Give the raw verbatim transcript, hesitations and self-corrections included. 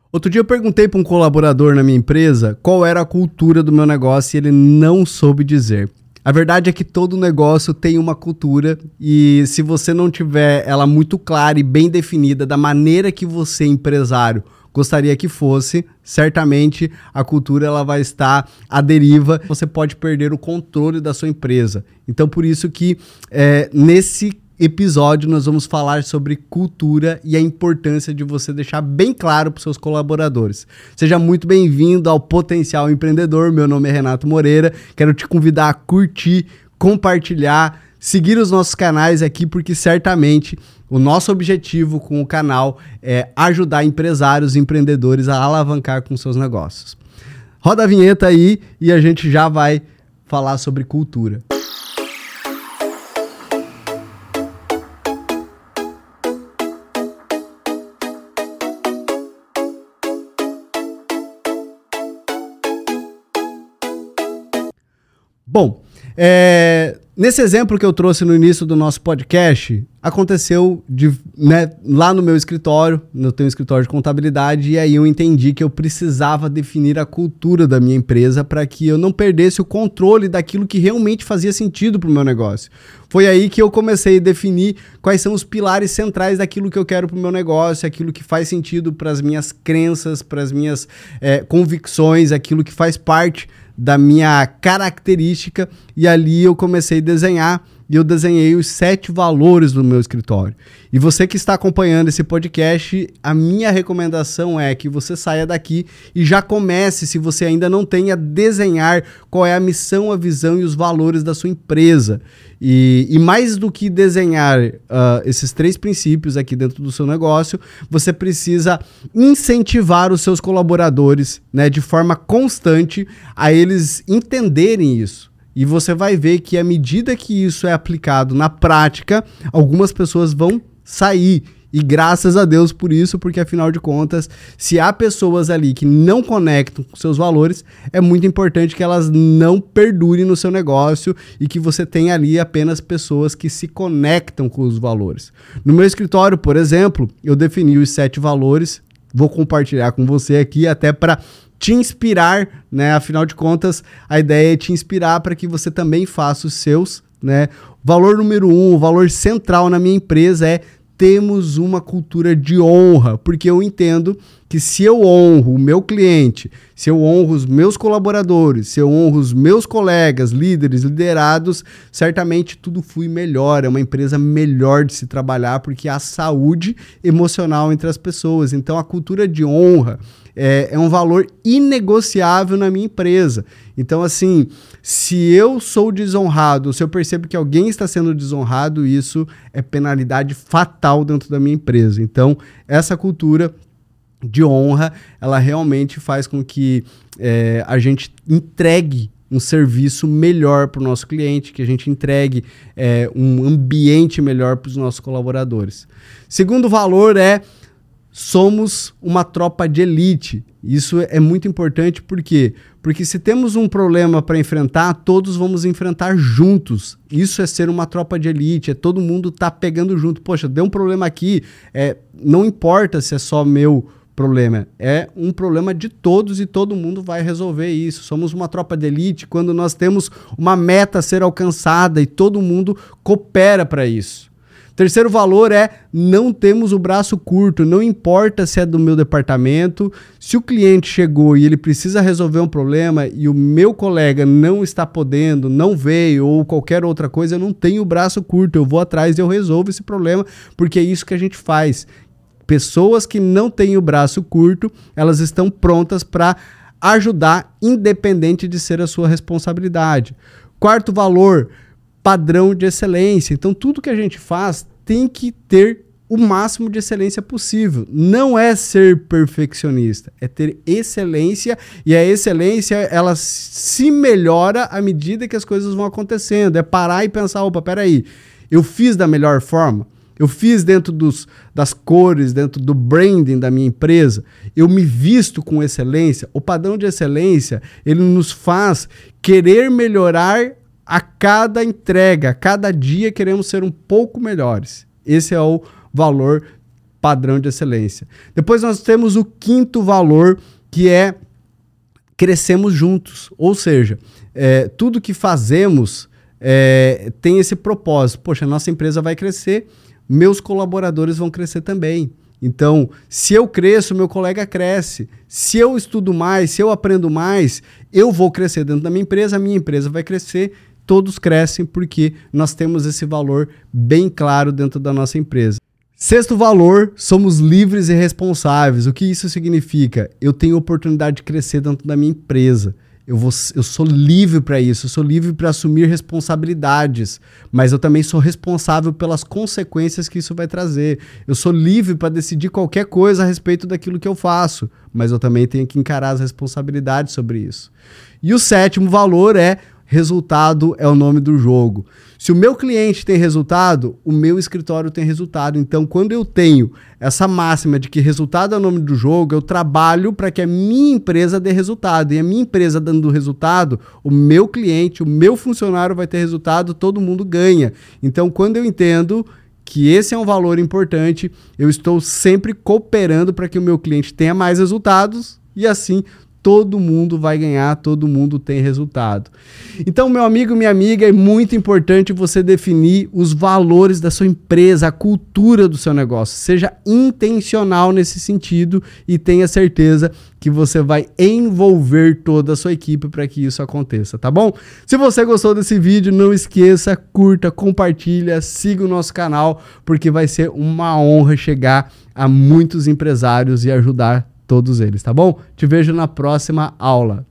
Outro dia eu perguntei para um colaborador na minha empresa qual era a cultura do meu negócio e ele não soube dizer. A verdade é que todo negócio tem uma cultura e se você não tiver ela muito clara e bem definida da maneira que você, empresário, gostaria que fosse, certamente a cultura ela vai estar à deriva. Você pode perder o controle da sua empresa. Então, por isso que é, nesse episódio nós vamos falar sobre cultura e a importância de você deixar bem claro para os seus colaboradores. Seja muito bem-vindo ao Potencial Empreendedor. Meu nome é Renato Moreira. Quero te convidar a curtir, compartilhar, seguir os nossos canais aqui, porque certamente o nosso objetivo com o canal é ajudar empresários e empreendedores a alavancar com seus negócios. Roda a vinheta aí e a gente já vai falar sobre cultura. Bom, é, nesse exemplo que eu trouxe no início do nosso podcast, aconteceu de, né, lá no meu escritório, eu tenho um escritório de contabilidade, e aí eu entendi que eu precisava definir a cultura da minha empresa para que eu não perdesse o controle daquilo que realmente fazia sentido para o meu negócio. Foi aí que eu comecei a definir quais são os pilares centrais daquilo que eu quero para o meu negócio, aquilo que faz sentido para as minhas crenças, para as minhas é, convicções, aquilo que faz parte da minha característica, e ali eu comecei a desenhar e eu desenhei os sete valores do meu escritório. E você que está acompanhando esse podcast, a minha recomendação é que você saia daqui e já comece, se você ainda não tem, a desenhar qual é a missão, a visão e os valores da sua empresa. E, e mais do que desenhar uh, esses três princípios aqui dentro do seu negócio, você precisa incentivar os seus colaboradores, né, de forma constante a eles entenderem isso. E você vai ver que à medida que isso é aplicado na prática, algumas pessoas vão sair. E graças a Deus por isso, porque afinal de contas, se há pessoas ali que não conectam com seus valores, é muito importante que elas não perdurem no seu negócio e que você tenha ali apenas pessoas que se conectam com os valores. No meu escritório, por exemplo, eu defini os sete valores, vou compartilhar com você aqui até para te inspirar, né? Afinal de contas, a ideia é te inspirar para que você também faça os seus, né? Valor número um, o valor central na minha empresa é: temos uma cultura de honra, porque eu entendo que se eu honro o meu cliente, se eu honro os meus colaboradores, se eu honro os meus colegas, líderes, liderados, certamente tudo flui melhor, é uma empresa melhor de se trabalhar, porque há saúde emocional entre as pessoas. Então a cultura de honra é, é um valor inegociável na minha empresa. Então, assim, se eu sou desonrado, se eu percebo que alguém está sendo desonrado, isso é penalidade fatal dentro da minha empresa. Então, essa cultura de honra, ela realmente faz com que é, a gente entregue um serviço melhor para o nosso cliente, que a gente entregue é, um ambiente melhor para os nossos colaboradores. Segundo valor é: somos uma tropa de elite. Isso é muito importante, por quê? Porque se temos um problema para enfrentar, todos vamos enfrentar juntos. Isso é ser uma tropa de elite, é todo mundo tá pegando junto. Poxa, deu um problema aqui, é, não importa se é só meu problema, é um problema de todos e todo mundo vai resolver isso. Somos uma tropa de elite quando nós temos uma meta a ser alcançada e todo mundo coopera para isso. Terceiro valor é: não temos o braço curto, não importa se é do meu departamento, se o cliente chegou e ele precisa resolver um problema e o meu colega não está podendo, não veio ou qualquer outra coisa, eu não tenho o braço curto, eu vou atrás e eu resolvo esse problema, porque é isso que a gente faz. Pessoas que não têm o braço curto, elas estão prontas para ajudar, independente de ser a sua responsabilidade. Quarto valor: padrão de excelência. Então, tudo que a gente faz tem que ter o máximo de excelência possível. Não é ser perfeccionista, é ter excelência, e a excelência, ela se melhora à medida que as coisas vão acontecendo. É parar e pensar: opa, peraí, eu fiz da melhor forma? Eu fiz dentro dos, das cores, dentro do branding da minha empresa? Eu me visto com excelência? O padrão de excelência, ele nos faz querer melhorar a cada entrega, a cada dia queremos ser um pouco melhores. Esse é o valor padrão de excelência. Depois nós temos o quinto valor, que é crescemos juntos. Ou seja, é, tudo que fazemos é, tem esse propósito. Poxa, a nossa empresa vai crescer, meus colaboradores vão crescer também. Então, se eu cresço, meu colega cresce. Se eu estudo mais, se eu aprendo mais, eu vou crescer dentro da minha empresa, a minha empresa vai crescer, todos crescem porque nós temos esse valor bem claro dentro da nossa empresa. Sexto valor, somos livres e responsáveis. O que isso significa? Eu tenho oportunidade de crescer dentro da minha empresa. Eu, vou, eu sou livre para isso, eu sou livre para assumir responsabilidades, mas eu também sou responsável pelas consequências que isso vai trazer. Eu sou livre para decidir qualquer coisa a respeito daquilo que eu faço, mas eu também tenho que encarar as responsabilidades sobre isso. E o sétimo valor é resultado é o nome do jogo. Se o meu cliente tem resultado, o meu escritório tem resultado. Então, quando eu tenho essa máxima de que resultado é o nome do jogo, eu trabalho para que a minha empresa dê resultado. E a minha empresa dando resultado, o meu cliente, o meu funcionário vai ter resultado, todo mundo ganha. Então, quando eu entendo que esse é um valor importante, eu estou sempre cooperando para que o meu cliente tenha mais resultados e assim todo mundo vai ganhar, todo mundo tem resultado. Então, meu amigo, minha amiga, é muito importante você definir os valores da sua empresa, a cultura do seu negócio. Seja intencional nesse sentido e tenha certeza que você vai envolver toda a sua equipe para que isso aconteça, tá bom? Se você gostou desse vídeo, não esqueça, curta, compartilha, siga o nosso canal, porque vai ser uma honra chegar a muitos empresários e ajudar todos eles, tá bom? Te vejo na próxima aula.